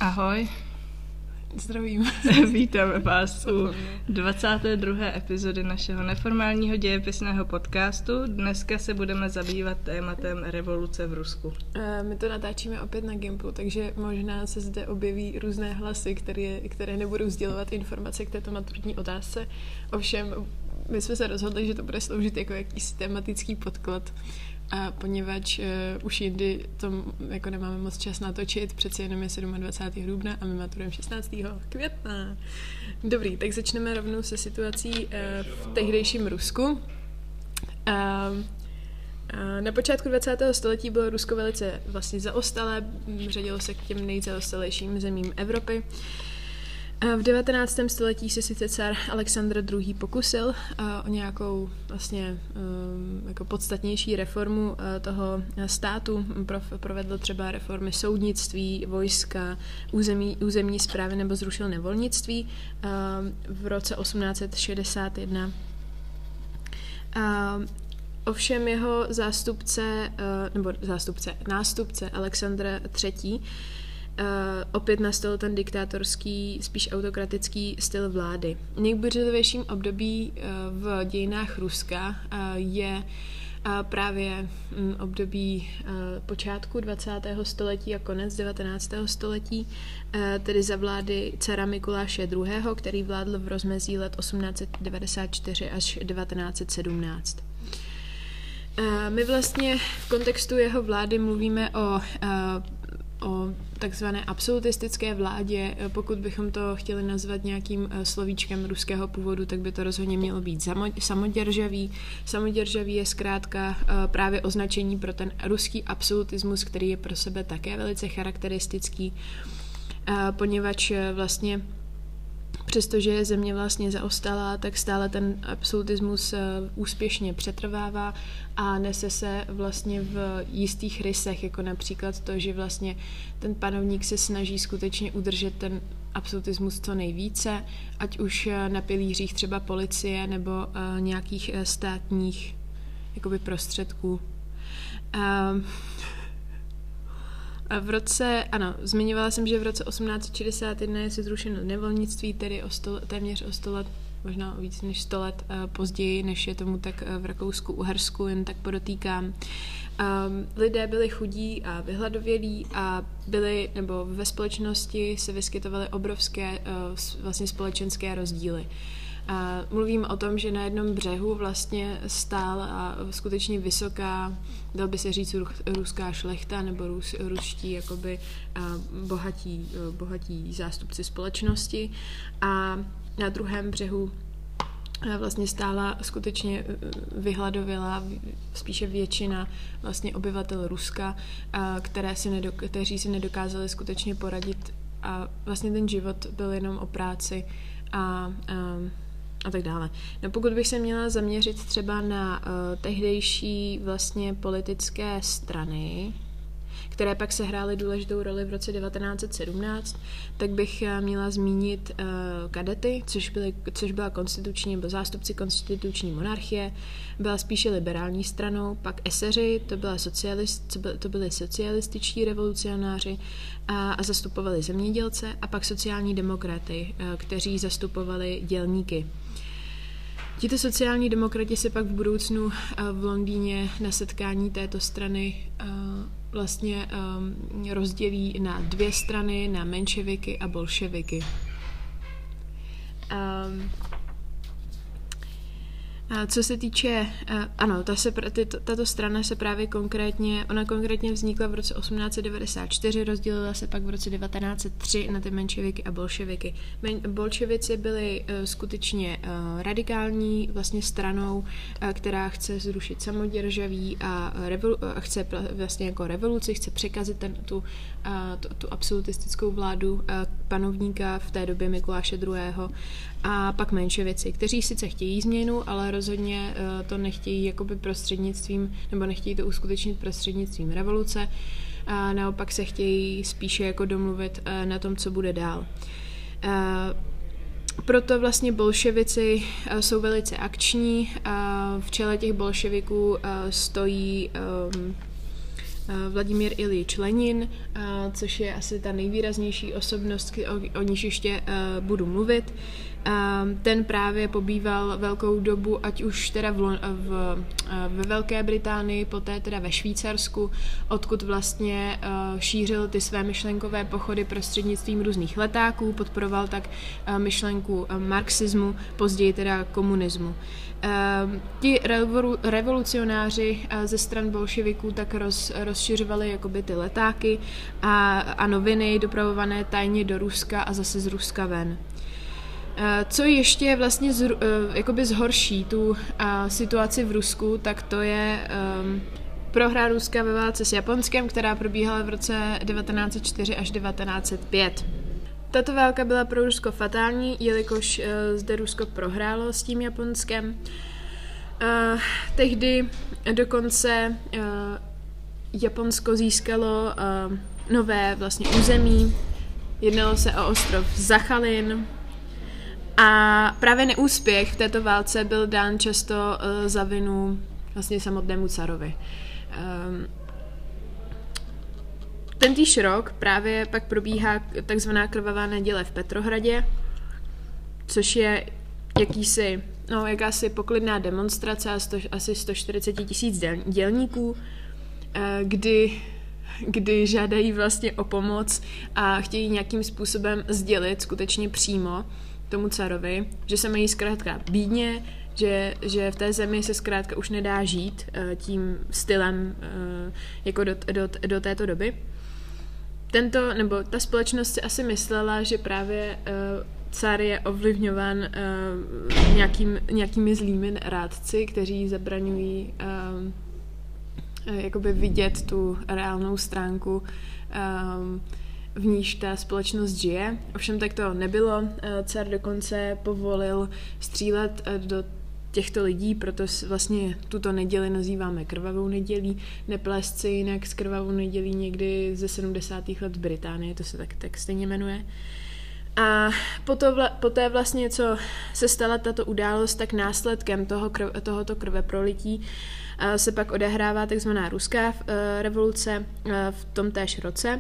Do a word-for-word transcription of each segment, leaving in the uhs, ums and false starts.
Ahoj. Zdravím. Vítáme vás u dvacáté druhé epizody našeho neformálního dějepisného podcastu. Dneska se budeme zabývat tématem revoluce v Rusku. My to natáčíme opět na Gimplu, takže možná se zde objeví různé hlasy, které, které nebudou sdělovat informace k této maturitní otázce. Ovšem, my jsme se rozhodli, že to bude sloužit jako jakýsi tematický podklad. A poněvadž uh, už jindy to jako nemáme moc čas natočit, přeci jenom je dvacátého sedmého dubna a my maturujeme šestnáctého května. Dobrý, tak začneme rovnou se situací uh, v tehdejším Rusku. Uh, uh, na počátku dvacátého století bylo Rusko velice vlastně zaostalé, řadilo se k těm nejzaostalejším zemím Evropy. V devatenáctém století se sice car Alexandr druhý. pokusil o nějakou vlastně jako podstatnější reformu toho státu. Provedl třeba reformy soudnictví, vojska, území, územní správy nebo zrušil nevolnictví v roce osmnáct set šedesát jedna. Ovšem jeho zástupce, nebo zástupce, nástupce Alexandr třetí. Uh, opět nastal ten diktátorský, spíš autokratický styl vlády. Nejbuřlivějším období uh, v dějinách Ruska uh, je uh, právě um, období uh, počátku dvacátého století a konec devatenáctého století, uh, tedy za vlády cara Mikuláše druhého., který vládl v rozmezí let osmnáct set devadesát čtyři až devatenáct set sedmnáct. Uh, my vlastně v kontextu jeho vlády mluvíme o uh, o takzvané absolutistické vládě. Pokud bychom to chtěli nazvat nějakým slovíčkem ruského původu, tak by to rozhodně mělo být samoděržavý. Samoděržavý je zkrátka právě označení pro ten ruský absolutismus, který je pro sebe také velice charakteristický, poněvadž vlastně přestože je země vlastně zaostalá, tak stále ten absolutismus úspěšně přetrvává a nese se vlastně v jistých rysech, jako například to, že vlastně ten panovník se snaží skutečně udržet ten absolutismus co nejvíce, ať už na pilířích třeba policie nebo nějakých státních jakoby prostředků. Um, A v roce, ano, zmiňovala jsem, že v roce osmnáct set šedesát jedna je zrušeno nevolnictví, tedy o sto, téměř o sto let, možná o víc než sto let uh, později, než je tomu tak uh, v Rakousku-Uhersku, jen tak podotýkám. Um, lidé byli chudí a vyhladovělí a byli, nebo ve společnosti se vyskytovaly obrovské uh, vlastně společenské rozdíly. A mluvím o tom, že na jednom břehu vlastně stála skutečně vysoká, dal by se říct, ruská šlechta nebo rus, ruští jakoby bohatí, bohatí zástupci společnosti a na druhém břehu vlastně stála skutečně vyhladovělá spíše většina vlastně obyvatel Ruska, které si nedok- kteří si nedokázali skutečně poradit a vlastně ten život byl jenom o práci a, a a tak dále. No pokud bych se měla zaměřit třeba na uh, tehdejší vlastně politické strany, které pak sehrály důležitou roli v roce devatenáct set sedmnáct, tak bych uh, měla zmínit uh, kadety, což, byly, což byla konstituční, nebo zástupci konstituční monarchie, byla spíše liberální stranou, pak eseři, to, byla socialist, to byli socialističtí revolucionáři a, a zastupovali zemědělce, a pak sociální demokraty, uh, kteří zastupovali dělníky. Tito sociální demokrati se pak v budoucnu uh, v Londýně na setkání této strany uh, vlastně um, rozdělí na dvě strany, na menševiky a bolševiky. Um, a co se týče, uh, ano, ta se, ty, tato strana se právě konkrétně, ona konkrétně vznikla v roce osmnáct set devadesát čtyři, rozdělila se pak v roce devatenáct set tři na ty menševiky a bolševiky. Men, bolševici byli uh, skutečně uh, radikální vlastně stranou, uh, která chce zrušit samoděržaví a, revolu, uh, chce vlastně jako revoluci, chce překazit ten, tu, uh, tu, tu absolutistickou vládu uh, panovníka v té době Mikuláše druhého. A pak menševici, kteří sice chtějí změnu, ale rozhodně uh, to nechtějí jakoby prostřednictvím, nebo nechtějí to uskutečnit prostřednictvím revoluce, a naopak se chtějí spíše jako domluvit uh, na tom, co bude dál. Uh, proto vlastně bolševici uh, jsou velice akční. Uh, v čele těch bolševiků uh, stojí um, Vladimír Iljič Lenin, což je asi ta nejvýraznější osobnost, o, o níž ještě budu mluvit. Ten právě pobýval velkou dobu, ať už teda v, v, ve Velké Británii, poté teda ve Švýcarsku, odkud vlastně šířil ty své myšlenkové pochody prostřednictvím různých letáků, podporoval tak myšlenku marxismu, později teda komunismu. Ti revolucionáři ze stran bolševiků tak roz, rozšiřovali jakoby ty letáky a, a noviny dopravované tajně do Ruska a zase z Ruska ven. Co ještě vlastně z, jakoby zhorší tu situaci v Rusku, tak to je um, prohra Ruska ve válce s Japonskem, která probíhala v roce devatenáct set čtyři až devatenáct set pět. Tato válka byla pro Rusko fatální, jelikož uh, zde Rusko prohrálo s tím Japonskem. Uh, tehdy dokonce uh, Japonsko získalo uh, nové vlastně území. Jednalo se o ostrov Sachalin. A právě neúspěch v této válce byl dán často uh, za vinu vlastně samotnému carovi. Um, Tentýž rok právě pak probíhá takzvaná krvavá neděle v Petrohradě, což je jakýsi, no, jakási poklidná demonstrace asi sto čtyřicet tisíc děl, dělníků, uh, kdy, kdy žádají vlastně o pomoc a chtějí nějakým způsobem sdělit skutečně přímo tomu carovi, že se mají zkrátka bídně, že, že v té zemi se zkrátka už nedá žít uh, tím stylem uh, jako do, do, do této doby. Tento, nebo ta společnost si asi myslela, že právě uh, car je ovlivňován uh, nějakým, nějakými zlými rádci, kteří zabraňují uh, jakoby vidět tu reálnou stránku uh, v níž ta společnost žije. Ovšem tak to nebylo. Car dokonce povolil střílet do těchto lidí, proto vlastně tuto neděli nazýváme krvavou nedělí. Neplést si jinak s krvavou nedělí někdy ze sedmdesátých let v Británii, to se tak, tak stejně jmenuje. A poté vlastně, co se stala tato událost, tak následkem toho krv, tohoto krveprolití se pak odehrává takzvaná ruská revoluce v tom též roce,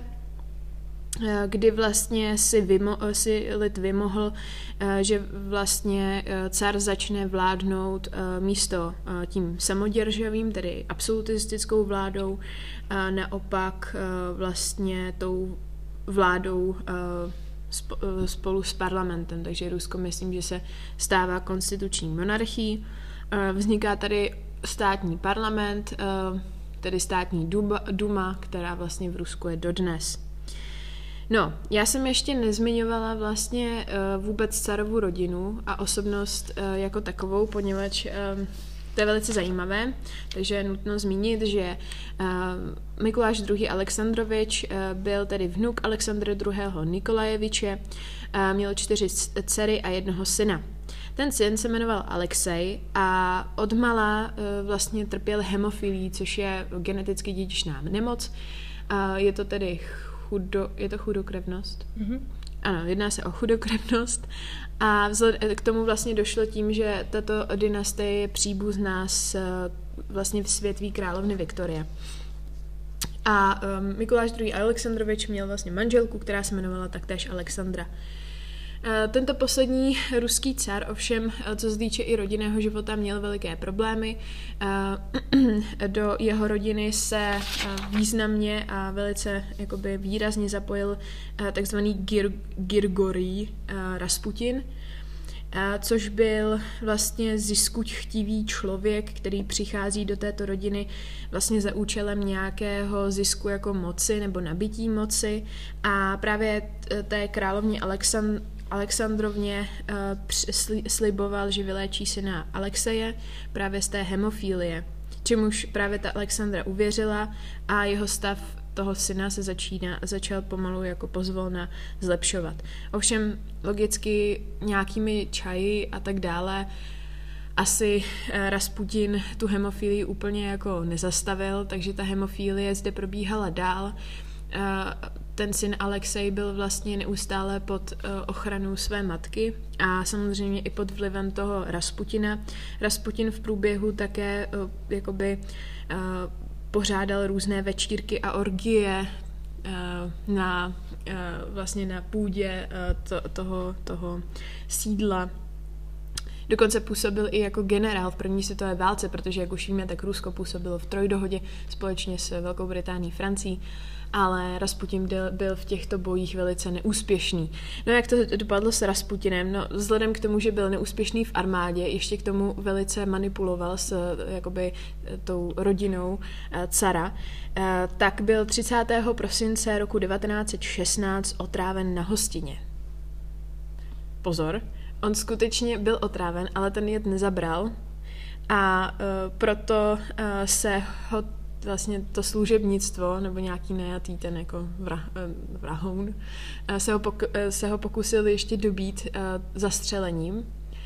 kdy vlastně si, vymo, si lid vymohl, že vlastně car začne vládnout místo tím samoděržavým, tedy absolutistickou vládou, naopak vlastně tou vládou spolu s parlamentem. Takže Rusko, myslím, že se stává konstituční monarchií. Vzniká tady státní parlament, tedy státní duma, která vlastně v Rusku je dodnes. No, já jsem ještě nezmiňovala vlastně uh, vůbec carovu rodinu a osobnost uh, jako takovou, poněvadž uh, to je velice zajímavé, takže je nutno zmínit, že uh, Mikuláš druhý. Alexandrovič uh, byl tedy vnuk Alexandra druhého. Nikolajeviče, uh, měl čtyři dcery a jednoho syna. Ten syn se jmenoval Alexej a odmala uh, vlastně trpěl hemofilií, což je geneticky dědičná nemoc. Uh, je to tedy Chudo, je to chudokrevnost? Mm-hmm. Ano, jedná se o chudokrevnost a vzhled k tomu vlastně došlo tím, že tato dynastie je příbuzná s vlastně v světví královny Viktorie. A um, Mikuláš druhý. Alexandrovič měl vlastně manželku, která se jmenovala taktéž Alexandra. Tento poslední ruský car ovšem, co se týče i rodinného života, měl veliké problémy. Do jeho rodiny se významně a velice jakoby výrazně zapojil takzvaný Gir- Girgorij Rasputin, což byl vlastně ziskuť chtivý člověk, který přichází do této rodiny vlastně za účelem nějakého zisku jako moci nebo nabití moci a právě té královně Alexand- Alexandrovně uh, sliboval, že vyléčí syna Alexeje právě z té hemofilie, čemuž právě ta Alexandra uvěřila a jeho stav toho syna se začíná, začal pomalu jako pozvolna zlepšovat. Ovšem logicky nějakými čaji a tak dále asi Rasputin tu hemofilii úplně jako nezastavil, takže ta hemofilie zde probíhala dál. Ten syn Alexej byl vlastně neustále pod ochranou své matky a samozřejmě i pod vlivem toho Rasputina. Rasputin v průběhu také jakoby pořádal různé večírky a orgie uh, na uh, vlastně na půdě uh, to, toho, toho sídla. Dokonce působil i jako generál v první světové válce, protože, jak už víme, tak Rusko působilo v trojdohodě společně s Velkou Británií, Francií, ale Rasputin byl, byl v těchto bojích velice neúspěšný. No jak to dopadlo s Rasputinem? No vzhledem k tomu, že byl neúspěšný v armádě, ještě k tomu velice manipuloval s jakoby tou rodinou cara, tak byl třicátého prosince roku devatenáct set šestnáct otráven na hostině. Pozor, on skutečně byl otráven, ale ten jed nezabral a uh, proto uh, se ho vlastně to služebnictvo, nebo nějaký najatý ten jako vrah, vrahoun, uh, se, ho poku, uh, se ho pokusil ještě dobít uh, zastřelením.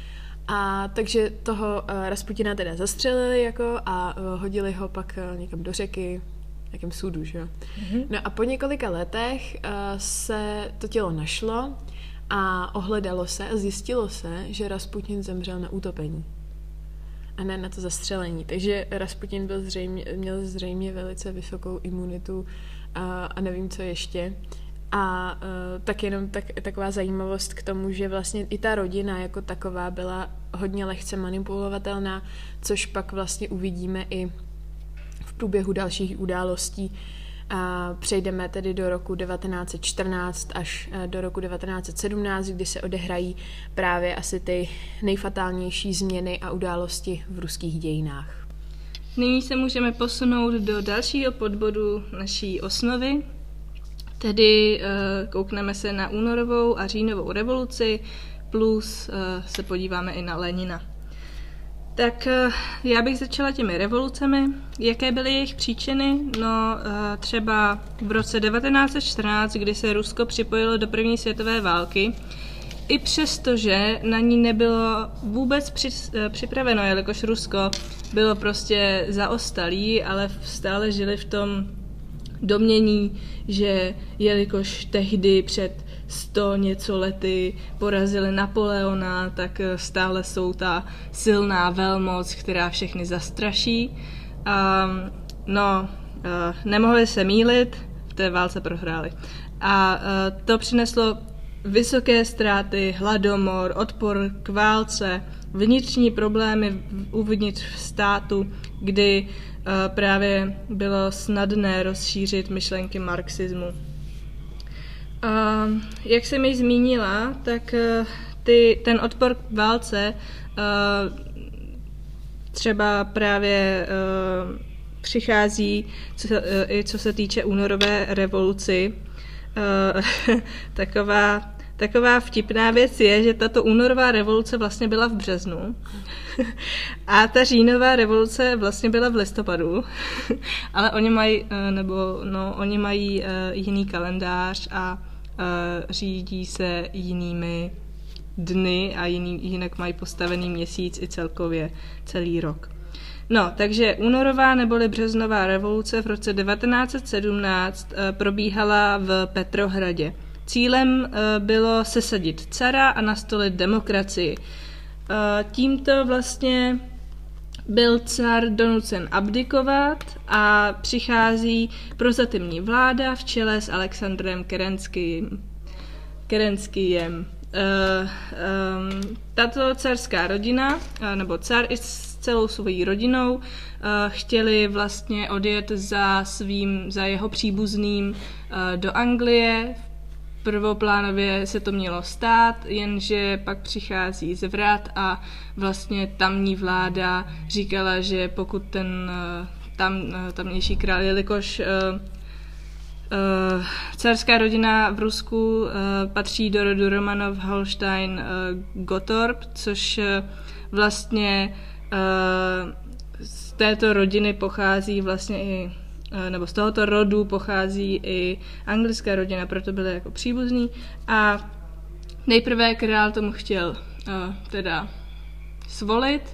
A takže toho uh, Rasputina teda zastřelili jako a uh, hodili ho pak uh, někam do řeky, nějakém sudu, že jo. Mm-hmm. No a po několika letech uh, se to tělo našlo a ohledalo se a zjistilo se, že Rasputin zemřel na utopení a ne na to zastřelení. Takže Rasputin byl zřejmě, měl zřejmě velice vysokou imunitu a, a nevím, co ještě. A uh, tak jenom tak, taková zajímavost k tomu, že vlastně i ta rodina jako taková byla hodně lehce manipulovatelná, což pak vlastně uvidíme i v průběhu dalších událostí. A přejdeme tedy do roku devatenáct set čtrnáct až do roku devatenáct set sedmnáct, kdy se odehrají právě asi ty nejfatálnější změny a události v ruských dějinách. Nyní se můžeme posunout do dalšího podbodu naší osnovy, tedy uh, koukneme se na únorovou a říjnovou revoluci, plus uh, se podíváme i na Lenina. Tak já bych začala těmi revolucemi. Jaké byly jejich příčiny? No třeba v roce devatenáct set čtrnáct, kdy se Rusko připojilo do první světové války, i přesto, že na ní nebylo vůbec při, připraveno, jelikož Rusko bylo prostě zaostalý, ale stále žili v tom domnění, že jelikož tehdy před sto něco lety porazili Napoleona, tak stále jsou ta silná velmoc, která všechny zastraší. Um, no, uh, nemohli se mýlit, v té válce prohráli. A uh, to přineslo vysoké ztráty, hladomor, odpor k válce, vnitřní problémy uvnitř státu, kdy uh, právě bylo snadné rozšířit myšlenky marxismu. Uh, jak jsem již zmínila, tak uh, ty, ten odpor k válce uh, třeba právě uh, přichází co, uh, i co se týče únorové revoluci. Uh, taková, taková vtipná věc je, že tato únorová revoluce vlastně byla v březnu a ta říjnová revoluce vlastně byla v listopadu, ale oni mají, uh, nebo no, oni mají uh, jiný kalendář a Uh, řídí se jinými dny a jiný, jinak mají postavený měsíc i celkově celý rok. No, takže únorová neboli březnová revoluce v roce devatenáct set sedmnáct uh, probíhala v Petrohradě. Cílem uh, bylo sesadit cara a nastolit demokracii. Uh, tímto vlastně byl car donucen abdikovat a přichází prozatímní vláda v čele s Alexandrem Kerenským. Kerenským. Uh, um, tato carská rodina, uh, nebo car i s celou svojí rodinou, uh, chtěli vlastně odjet za svým, za jeho příbuzným uh, do Anglie. Prvoplánově se to mělo stát, jenže pak přichází zvrat a vlastně tamní vláda říkala, že pokud ten tam, tamnější král, jelikož uh, uh, carská rodina v Rusku uh, patří do rodu Romanov Holstein uh, Gottorp, což uh, vlastně uh, z této rodiny pochází vlastně i nebo z tohoto rodu pochází i anglická rodina, proto byly jako příbuzný. A nejprve král tomu chtěl uh, teda svolit,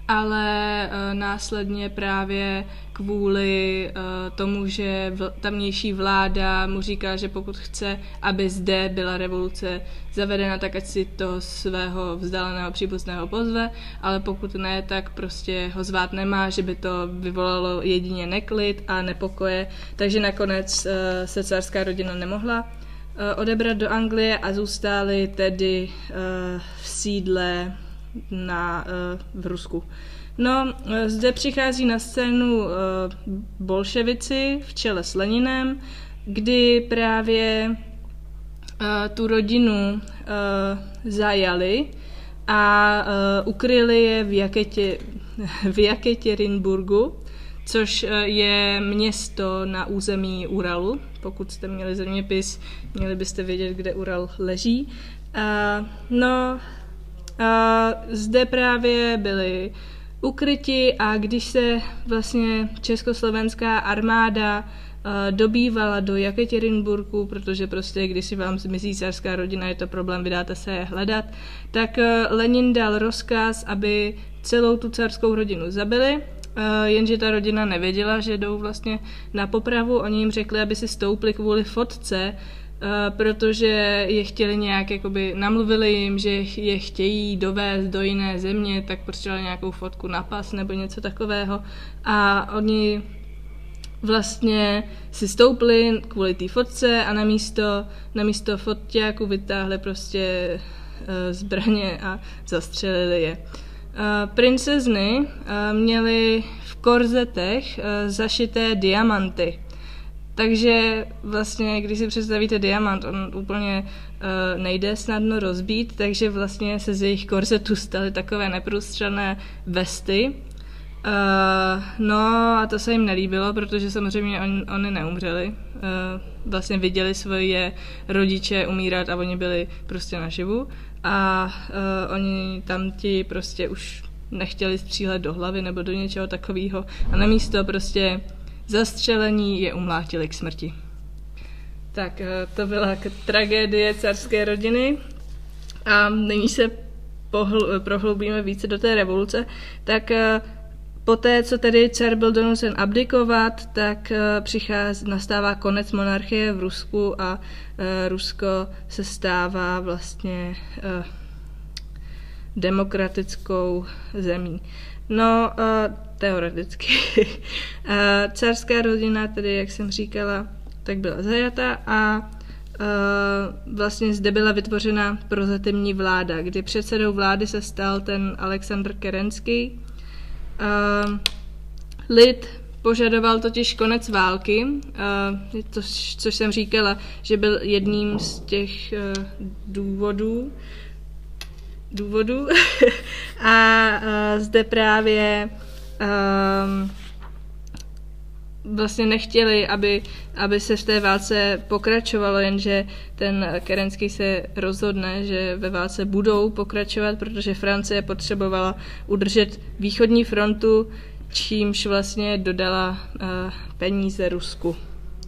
ale následně právě kvůli tomu, že tamnější vláda mu říká, že pokud chce, aby zde byla revoluce zavedena, tak ať si to svého vzdáleného příbuzného pozve, ale pokud ne, tak prostě ho zvát nemá, že by to vyvolalo jedině neklid a nepokoje, takže nakonec se carská rodina nemohla odebrat do Anglie a zůstali tedy v sídle na, v Rusku. No, zde přichází na scénu bolševici v čele s Leninem, kdy právě tu rodinu zajali a ukryli je v, Jaketě, v Jekaterinburgu, což je město na území Uralu. Pokud jste měli zeměpis, měli byste vědět, kde Ural leží. No, zde právě byli ukryti a když se vlastně československá armáda dobývala do Jekaterinburgu, protože prostě když si vám zmizí carská rodina, je to problém, vydáte se je hledat, tak Lenin dal rozkaz, aby celou tu carskou rodinu zabili, jenže ta rodina nevěděla, že jdou vlastně na popravu, oni jim řekli, aby si stoupli kvůli fotce, protože je chtěli nějak, jakoby namluvili jim, že je chtějí dovést do jiné země, tak prostě dali nějakou fotku na pas nebo něco takového a oni vlastně si stoupli kvůli té fotce a na místo, na místo foťáku vytáhli prostě zbraně a zastřelili je. Princezny měly v korzetech zašité diamanty. Takže vlastně, když si představíte diamant, on úplně uh, nejde snadno rozbít, takže vlastně se z jejich korzetů staly takové neprůstřelné vesty. Uh, no a to se jim nelíbilo, protože samozřejmě on, oni neumřeli. Uh, vlastně viděli svoje rodiče umírat a oni byli prostě naživu. A uh, oni tam ti prostě už nechtěli střílet do hlavy nebo do něčeho takového. A namísto prostě zastřelení je umlátili k smrti. Tak to byla tragédie carské rodiny a nyní se pohl- prohloubíme více do té revoluce. Tak poté, co tedy car byl donucen abdikovat, tak přichází, nastává konec monarchie v Rusku a Rusko se stává vlastně demokratickou zemí. No, uh, teoreticky. uh, carská rodina, tedy, jak jsem říkala, tak byla zajata a uh, vlastně zde byla vytvořena prozatímní vláda, kdy předsedou vlády se stal ten Alexandr Kerenský. Uh, lid požadoval totiž konec války, uh, to, což jsem říkala, že byl jedním z těch uh, důvodů, důvodů a uh, zde právě um, vlastně nechtěli, aby, aby se v té válce pokračovalo, jenže ten Kerenský se rozhodne, že ve válce budou pokračovat, protože Francie potřebovala udržet východní frontu, čímž vlastně dodala uh, peníze Rusku.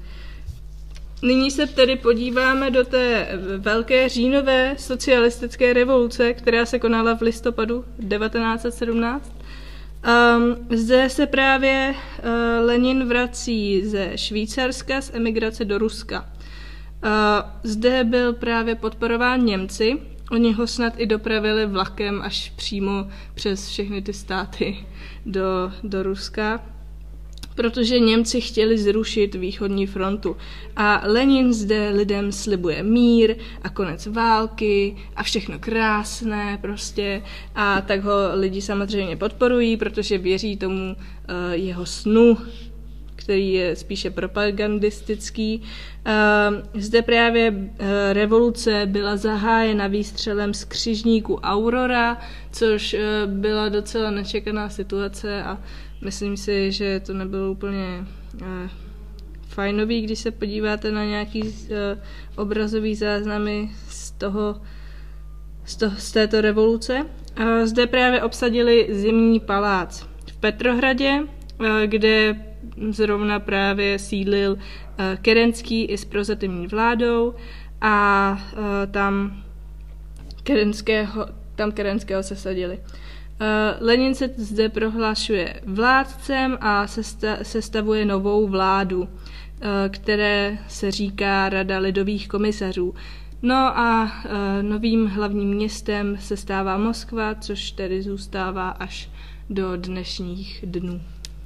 Nyní se tedy podíváme do té velké říjnové socialistické revoluce, která se konala v listopadu devatenáct set sedmnáct. Um, zde se právě uh, Lenin vrací ze Švýcarska z emigrace do Ruska. Uh, zde byl právě podporován Němci, oni ho snad i dopravili vlakem až přímo přes všechny ty státy do, do Ruska, protože Němci chtěli zrušit východní frontu. A Lenin zde lidem slibuje mír a konec války a všechno krásné prostě. A tak ho lidi samozřejmě podporují, protože věří tomu uh, jeho snu, který je spíše propagandistický. Uh, zde právě uh, revoluce byla zahájena výstřelem z křižníku Aurora, což uh, byla docela nečekaná situace a myslím si, že to nebylo úplně uh, fajnový, když se podíváte na nějaký uh, obrazový záznamy z toho, z, toho, z této revoluce. Uh, zde právě obsadili Zimní palác v Petrohradě, uh, kde zrovna právě sídlil uh, Kerenský i s prozatímní vládou a uh, tam Kerenského, tam Kerenského sesadili. Lenin se zde prohlašuje vládcem a sesta- sestavuje novou vládu, které se říká Rada lidových komisařů. No a novým hlavním městem se stává Moskva, což tedy zůstává až do dnešních dnů.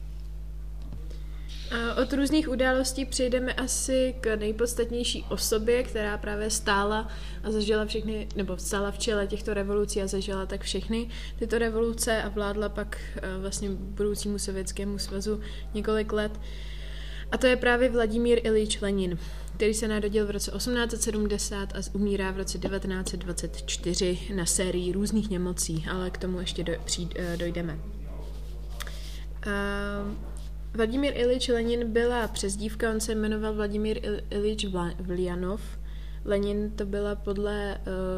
Od různých událostí přejdeme asi k nejpodstatnější osobě, která právě stála a zažila všechny, nebo stála v čele těchto revolucí a zažila tak všechny tyto revoluce a vládla pak vlastně budoucímu Sovětskému svazu několik let. A to je právě Vladimír Iljič Lenin, který se narodil v roce osmnáct set sedmdesát a umírá v roce devatenáct set dvacet čtyři na sérii různých nemocí, ale k tomu ještě do, přijď, dojdeme. Uh, Vladimír Iljič Lenin byla přezdívka, on se jmenoval Vladimír Iljič Uljanov. Lenin to byla podle,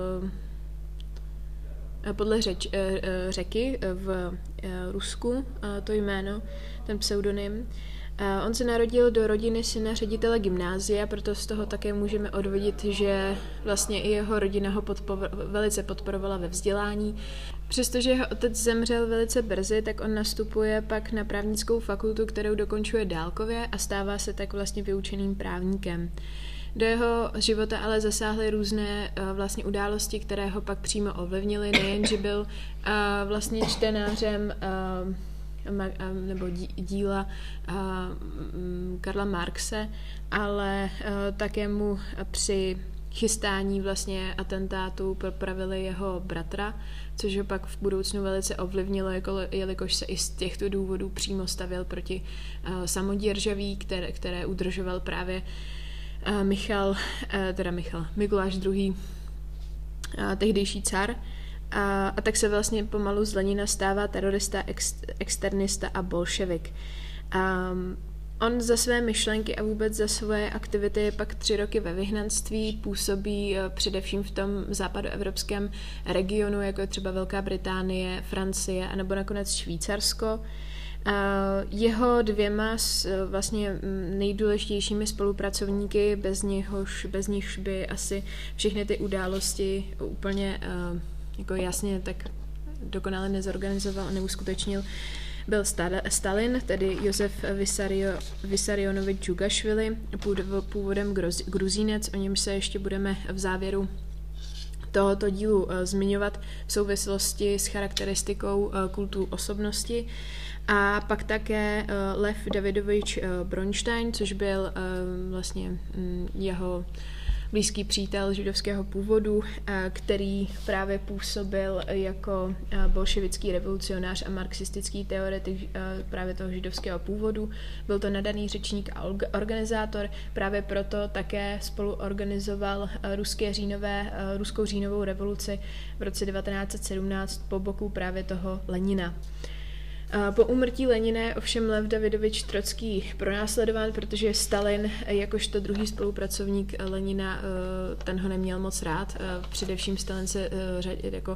uh, podle řeč, uh, řeky v uh, Rusku, uh, to jméno, ten pseudonym. Uh, on se narodil do rodiny syna ředitele gymnázia, proto z toho také můžeme odvodit, že vlastně i jeho rodina ho podpor- velice podporovala ve vzdělání. Přestože jeho otec zemřel velice brzy, tak on nastupuje pak na právnickou fakultu, kterou dokončuje dálkově a stává se tak vlastně vyučeným právníkem. Do jeho života ale zasáhly různé uh, vlastně události, které ho pak přímo ovlivnily, nejen, že byl uh, vlastně čtenářem uh, nebo díla Karla Marxe, ale také mu při chystání vlastně atentátu popravili jeho bratra, což ho pak v budoucnu velice ovlivnilo, jelikož se i z těchto důvodů přímo stavěl proti Samoděržaví, které, které udržoval právě Michal, teda Michal, Mikuláš druhý., tehdejší car. A, a tak se vlastně pomalu z Lenina stává terorista, ex, externista a bolševik. A on za své myšlenky a vůbec za svoje aktivity je pak tři roky ve vyhnanství, působí především v tom západoevropském regionu, jako je třeba Velká Británie, Francie a nebo nakonec Švýcarsko. A jeho dvěma vlastně nejdůležitějšími spolupracovníky, bez nichž, bez nichž by asi všechny ty události úplně jako jasně tak dokonale nezorganizoval a neuskutečnil, byl Stalin, tedy Josef Vysario, Vysarionovič Džugašvili, původem Gruzínec, o němž se ještě budeme v závěru tohoto dílu zmiňovat v souvislosti s charakteristikou kultu osobnosti. A pak také Lev Davidovič Bronstein, což byl vlastně jeho blízký přítel židovského původu, který právě působil jako bolševický revolucionář a marxistický teoretik právě toho židovského původu. Byl to nadaný řečník a organizátor, právě proto také spolu organizoval ruské říjnové, ruskou říjnovou revoluci v roce devatenáct set sedmnáct po boku právě toho Lenina. Po úmrtí Lenina je ovšem Lev Davidovič Trocký pronásledován, protože Stalin, jakožto druhý spolupracovník Lenina, ten ho neměl moc rád. Především Stalin se jako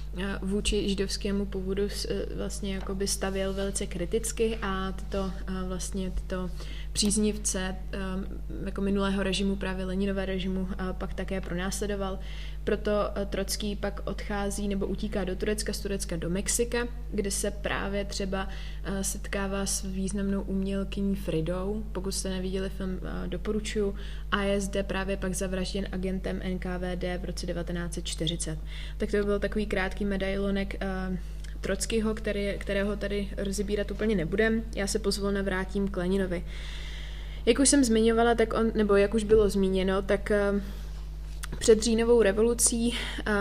vůči židovskému původu vlastně jakoby stavěl velice kriticky a tyto vlastně tyto příznivce jako minulého režimu, právě Leninové režimu, pak také pronásledoval. Proto Trocký pak odchází nebo utíká do Turecka, z Turecka do Mexika, kde se právě třeba setkává s významnou umělkyní Fridou. Pokud jste neviděli film, doporučuji. A je zde právě pak zavražděn agentem N K V D v roce devatenáct set čtyřicet. Tak to byl takový krátký medailonek Trockýho, který, kterého tady rozebírat úplně nebudem. Já se pozvolna vrátím k Leninovi. Jak už jsem zmiňovala, tak on, nebo jak už bylo zmíněno, tak před říjnovou revolucí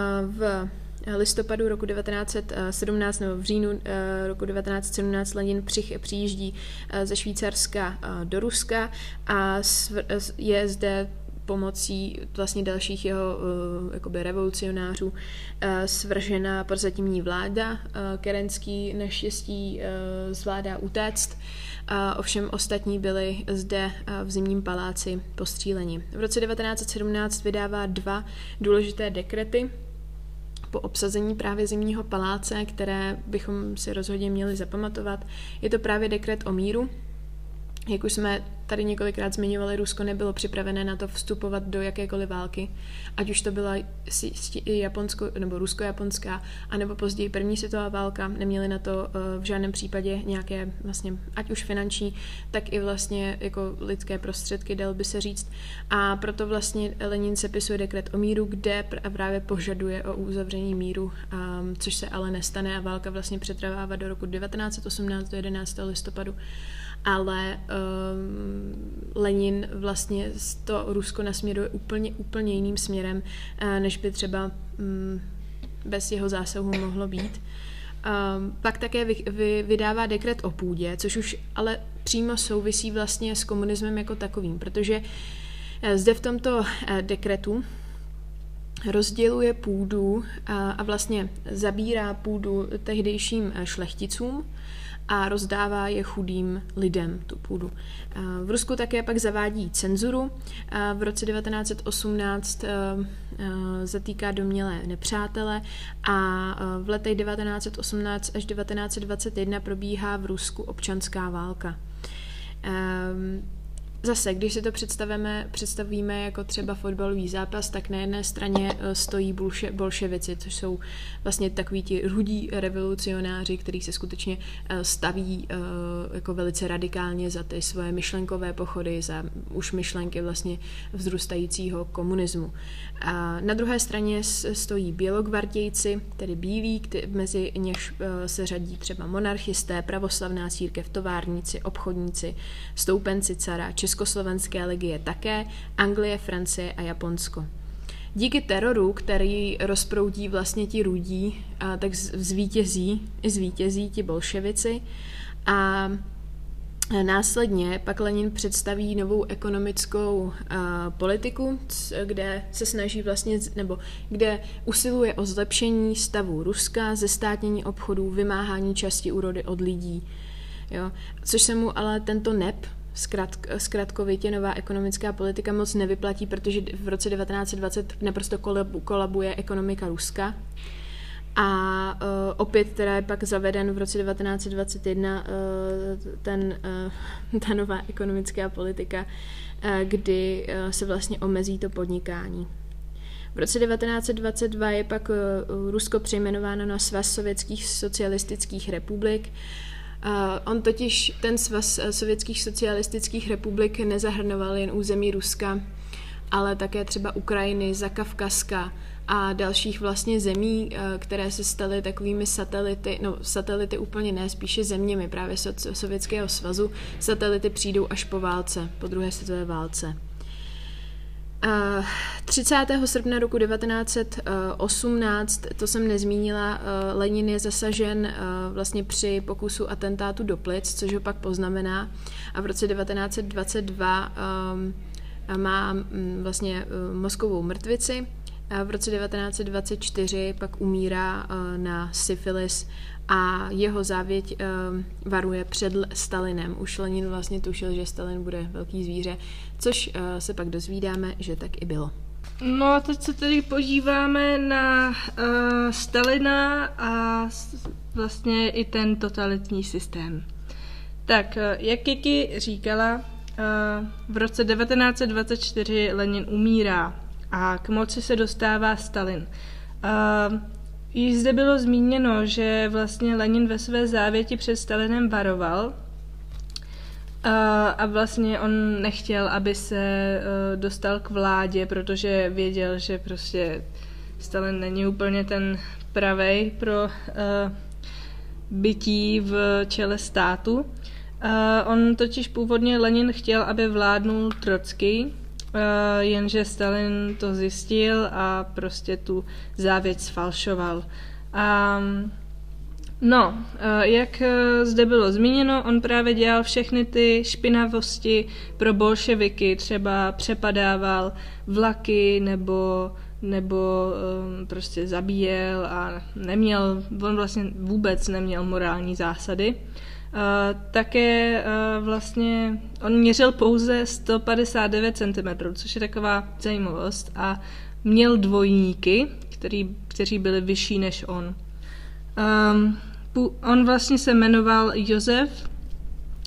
v listopadu roku devatenáct set sedmnáct nebo v říjnu roku devatenáct set sedmnáct Lenin přijíždí ze Švýcarska do Ruska a je zde pomocí vlastně dalších jeho uh, jakoby revolucionářů uh, svržena prozatímní vláda. Uh, Kerenský naštěstí uh, zvládá utéct, uh, ovšem ostatní byli zde uh, v Zimním paláci postříleni. V roce devatenáct set sedmnáct vydává dva důležité dekrety po obsazení právě Zimního paláce, které bychom si rozhodně měli zapamatovat. Je to právě dekret o míru, Jak už jsme tady několikrát zmiňovali, Rusko nebylo připravené na to vstupovat do jakékoliv války, ať už to byla Japonsko, nebo rusko-japonská, anebo později první světová válka, neměli na to v žádném případě nějaké vlastně, ať už finanční, tak i vlastně jako lidské prostředky, dal by se říct. A proto vlastně Lenin sepisuje dekret o míru, kde právě požaduje o uzavření míru, což se ale nestane a válka vlastně přetrvává do roku devatenáct set osmnáct do jedenáctého listopadu. Ale um, Lenin vlastně to Rusko nasměruje úplně, úplně jiným směrem, uh, než by třeba um, bez jeho zásahu mohlo být. Um, pak také vy, vy, vydává dekret o půdě, což už ale přímo souvisí vlastně s komunismem jako takovým, protože uh, zde v tomto uh, dekretu rozděluje půdu a, a vlastně zabírá půdu tehdejším šlechticům a rozdává je chudým lidem, tu půdu. V Rusku také pak zavádí cenzuru. V roce devatenáct set osmnáct zatýká domnělé nepřátele a v letech devatenáct set osmnáct až devatenáct set dvacet jedna probíhá v Rusku občanská válka. Zase, když si to představíme, představíme jako třeba fotbalový zápas, tak na jedné straně stojí bolše, bolševici, což jsou vlastně takoví ti rudí revolucionáři, kteří se skutečně staví jako velice radikálně za ty svoje myšlenkové pochody, za už myšlenky vlastně vzrůstajícího komunismu. A na druhé straně stojí bělogvardějci, tedy bílí, mezi něž se řadí třeba monarchisté, pravoslavná církev, továrníci, obchodníci, stoupenci cara, Československé legie také, Anglie, Francie a Japonsko. Díky teroru, který rozproudí vlastně ti rudí, tak zvítězí, zvítězí ti bolševici a následně pak Lenin představí novou ekonomickou uh, politiku, kde se snaží vlastně, nebo kde usiluje o zlepšení stavu Ruska, zestátnění obchodů, vymáhání části úrody od lidí. Jo? Což se mu ale tento N E P, zkrat, zkratkovitě nová ekonomická politika, moc nevyplatí, protože v roce devatenáct set dvacet naprosto kolabuje ekonomika Ruska. A uh, opět teda je pak zaveden v roce devatenáct set dvacet jedna uh, ten, uh, ta nová ekonomická politika, uh, kdy uh, se vlastně omezí to podnikání. V roce devatenáct set dvacet dva je pak uh, Rusko přejmenováno na Svaz sovětských socialistických republik. Uh, on totiž ten Svaz sovětských socialistických republik nezahrnoval jen území Ruska, ale také třeba Ukrajiny, Zakavkazska a dalších vlastně zemí, které se staly takovými satelity, no satelity úplně ne, spíše zeměmi právě Sovětského svazu. Satelity přijdou až po válce, po druhé světové válce. třicátého srpna roku devatenáct set osmnáct, to jsem nezmínila, Lenin je zasažen vlastně při pokusu atentátu do plic, což ho pak poznamená, a v roce devatenáct set dvacet dva má vlastně mozkovou mrtvici. V roce devatenáct set dvacet čtyři pak umírá na syfilis a jeho závěť varuje před Stalinem. Už Lenin vlastně tušil, že Stalin bude velký zvíře, což se pak dozvídáme, že tak i bylo. No a teď se tedy podíváme na uh, Stalina a vlastně i ten totalitní systém. Tak, jak Kiki říkala, uh, v roce devatenáct set dvacet čtyři Lenin umírá a k moci se dostává Stalin. Uh, již zde bylo zmíněno, že vlastně Lenin ve své závěti před Stalinem varoval uh, a vlastně on nechtěl, aby se uh, dostal k vládě, protože věděl, že prostě Stalin není úplně ten pravej pro uh, bytí v čele státu. Uh, on totiž původně Lenin chtěl, aby vládnul Trockij, Uh, jenže Stalin to zjistil a prostě tu závěť sfalšoval. Um, no, uh, jak zde bylo zmíněno, on právě dělal všechny ty špinavosti pro bolševiky, třeba přepadával vlaky nebo, nebo um, prostě zabíjel a neměl, on vlastně vůbec neměl morální zásady. Uh, také uh, vlastně on měřil pouze sto padesát devět centimetrů, což je taková zajímavost, a měl dvojníky, který, kteří byli vyšší než on. Um, on vlastně se jmenoval Josef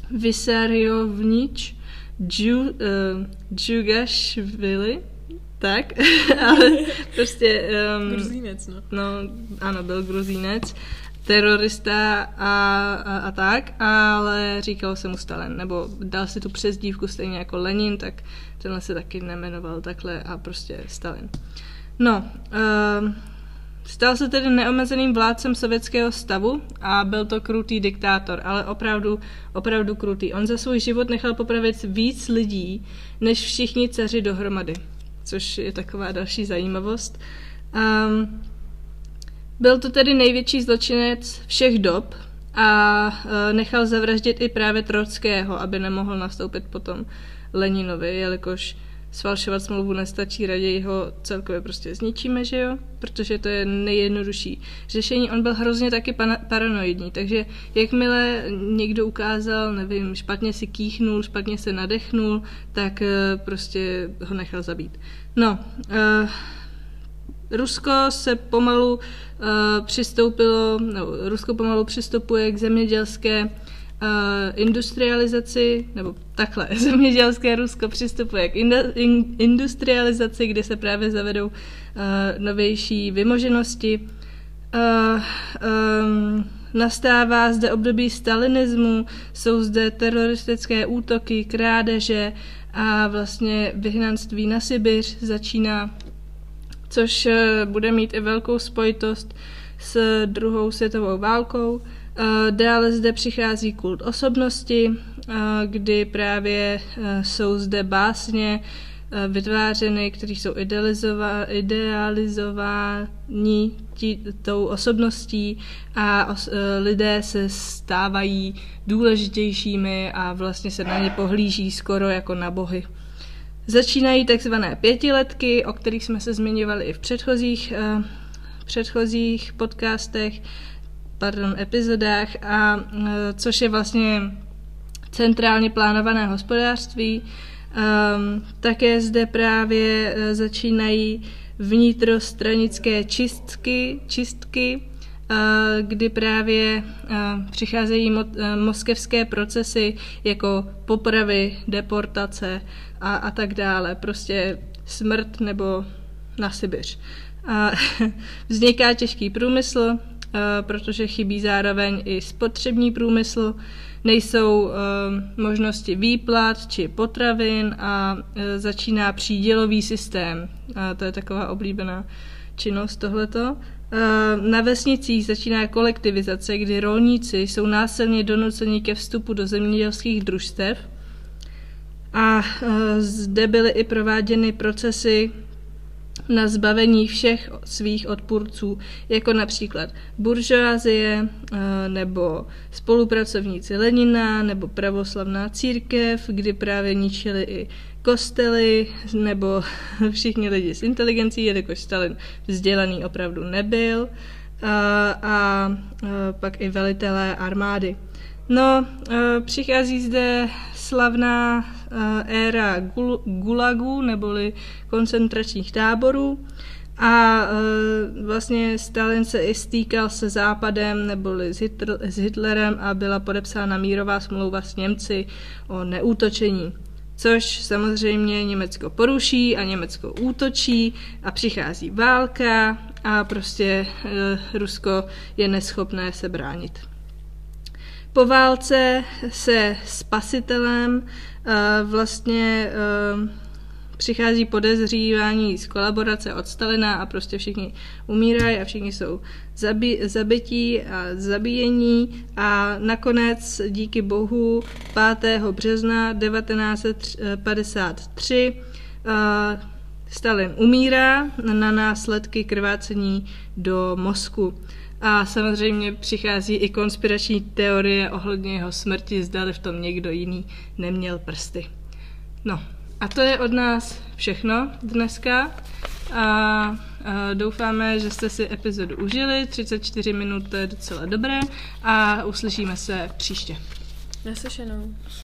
Vysarjovnič Džu, uh, Džugašvili, tak, ale prostě... Um, Gruzínec, no. No, ano, byl Gruzínec, terorista a, a, a tak, ale říkalo se mu Stalin, nebo dal si tu přezdívku stejně jako Lenin, tak tenhle se taky nemenoval takhle a prostě Stalin. No, uh, stal se tedy neomezeným vládcem sovětského stavu a byl to krutý diktátor, ale opravdu, opravdu krutý. On za svůj život nechal popravit víc lidí, než všichni caři dohromady, což je taková další zajímavost. Um, byl to tedy největší zločinec všech dob a uh, nechal zavraždit i právě Trockého, aby nemohl nastoupit potom Leninovi, jelikož sfalšovat smlouvu nestačí, raději ho celkově prostě zničíme, že jo? Protože to je nejjednodušší řešení. On byl hrozně taky pana- paranoidní, takže jakmile někdo ukázal, nevím, špatně si kýchnul, špatně se nadechnul, tak uh, prostě ho nechal zabít. No, uh, Rusko se pomalu uh, přistoupilo, no, Rusko pomalu přistupuje k zemědělské Uh, industrializaci, nebo takhle, zemědělské Rusko přistupuje k inda, in, industrializaci, kde se právě zavedou uh, novější vymoženosti. Uh, um, nastává zde období stalinismu, jsou zde teroristické útoky, krádeže a vlastně vyhnanství na Sibiř začíná, což uh, bude mít i velkou spojitost s druhou světovou válkou. Dále zde přichází kult osobnosti, kdy právě jsou zde básně vytvářeny, které jsou idealizováni tou osobností a os, lidé se stávají důležitějšími a vlastně se na ně pohlíží skoro jako na bohy. Začínají takzvané pětiletky, o kterých jsme se zmiňovali i v předchozích, předchozích podcastech, pardon, epizodách, a což je vlastně centrálně plánované hospodářství. Um, také zde právě začínají vnitrostranické čistky, čistky uh, kdy právě uh, přicházejí mo- uh, moskevské procesy jako popravy, deportace a, a tak dále. Prostě smrt nebo na Sibiř. A vzniká těžký průmysl, protože chybí zároveň i spotřební průmysl, nejsou uh, možnosti výplat či potravin a uh, začíná přídělový systém. A to je taková oblíbená činnost tohleto. Uh, na vesnicích začíná kolektivizace, kdy rolníci jsou násilně donuceni ke vstupu do zemědělských družstev a uh, zde byly i prováděny procesy na zbavení všech svých odpůrců, jako například buržoazie, nebo spolupracovníci Lenina, nebo pravoslavná církev, kdy právě ničili i kostely, nebo všichni lidi s inteligencí, jelikož Stalin vzdělaný opravdu nebyl, a, a pak i velitelé armády. No, přichází zde slavná éra gulagu, neboli koncentračních táborů, a vlastně Stalin se i stýkal se Západem, neboli s Hitlerem, a byla podepsána mírová smlouva s Němci o neútočení. Což samozřejmě Německo poruší a Německo útočí a přichází válka a prostě Rusko je neschopné se bránit. Po válce se spasitelem vlastně přichází podezřívání z kolaborace od Stalina a prostě všichni umírají a všichni jsou zabi- zabití a zabíjení a nakonec díky bohu pátého března devatenáct set padesát tři Stalin umírá na následky krvácení do mozku. A samozřejmě přichází i konspirační teorie ohledně jeho smrti, zdali v tom někdo jiný neměl prsty. No, a to je od nás všechno dneska. A, a doufáme, že jste si epizodu užili. třicet čtyři minut, to je docela dobré. A uslyšíme se příště. Naslyšenou.